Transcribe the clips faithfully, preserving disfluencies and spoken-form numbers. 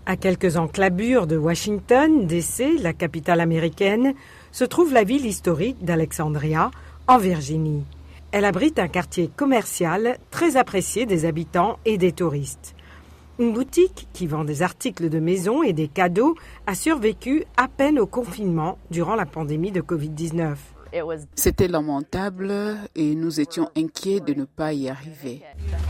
À quelques enclabures de Washington, D C, la capitale américaine, se trouve la ville historique d'Alexandria, en Virginie. Elle abrite un quartier commercial très apprécié des habitants et des touristes. Une boutique qui vend des articles de maison et des cadeaux a survécu à peine au confinement durant la pandémie de covid dix-neuf. C'était lamentable et nous étions inquiets de ne pas y arriver.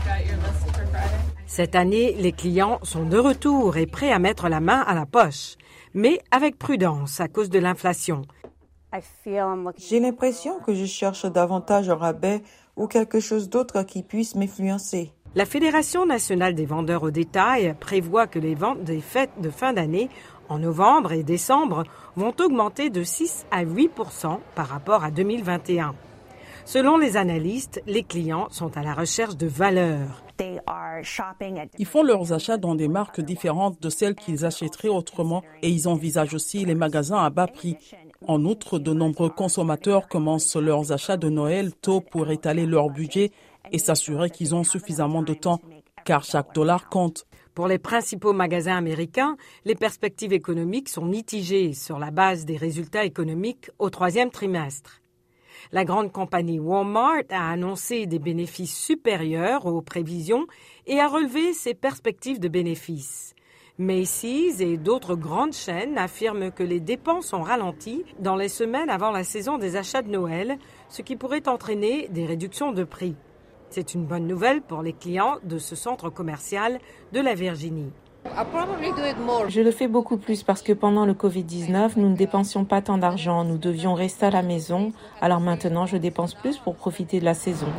Cette année, les clients sont de retour et prêts à mettre la main à la poche, mais avec prudence à cause de l'inflation. J'ai l'impression que je cherche davantage un rabais ou quelque chose d'autre qui puisse m'influencer. La Fédération nationale des vendeurs au détail prévoit que les ventes des fêtes de fin d'année en novembre et décembre vont augmenter de six à huit pour cent par rapport à deux mille vingt et un. Selon les analystes, les clients sont à la recherche de valeur. Ils font leurs achats dans des marques différentes de celles qu'ils achèteraient autrement et ils envisagent aussi les magasins à bas prix. En outre, de nombreux consommateurs commencent leurs achats de Noël tôt pour étaler leur budget et s'assurer qu'ils ont suffisamment de temps, car chaque dollar compte. Pour les principaux magasins américains, les perspectives économiques sont mitigées sur la base des résultats économiques au troisième trimestre. La grande compagnie Walmart a annoncé des bénéfices supérieurs aux prévisions et a relevé ses perspectives de bénéfices. Macy's et d'autres grandes chaînes affirment que les dépenses ont ralenti dans les semaines avant la saison des achats de Noël, ce qui pourrait entraîner des réductions de prix. C'est une bonne nouvelle pour les clients de ce centre commercial de la Virginie. Je le fais beaucoup plus parce que pendant le covid dix-neuf, nous ne dépensions pas tant d'argent. Nous devions rester à la maison. Alors maintenant, je dépense plus pour profiter de la saison.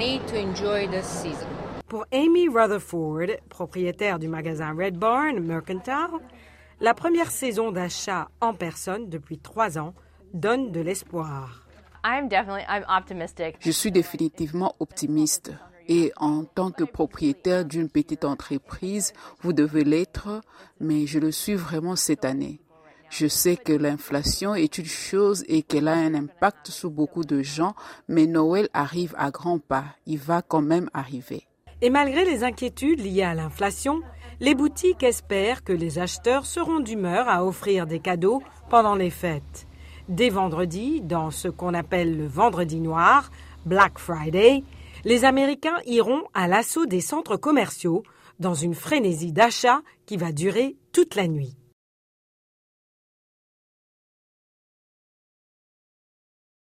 Pour Amy Rutherford, propriétaire du magasin Red Barn Mercantile, la première saison d'achat en personne depuis trois ans donne de l'espoir. Je suis définitivement optimiste. Et en tant que propriétaire d'une petite entreprise, vous devez l'être, mais je le suis vraiment cette année. Je sais que l'inflation est une chose et qu'elle a un impact sur beaucoup de gens, mais Noël arrive à grands pas. Il va quand même arriver. Et malgré les inquiétudes liées à l'inflation, les boutiques espèrent que les acheteurs seront d'humeur à offrir des cadeaux pendant les fêtes. Dès vendredi, dans ce qu'on appelle le vendredi noir, Black Friday, les Américains iront à l'assaut des centres commerciaux dans une frénésie d'achat qui va durer toute la nuit.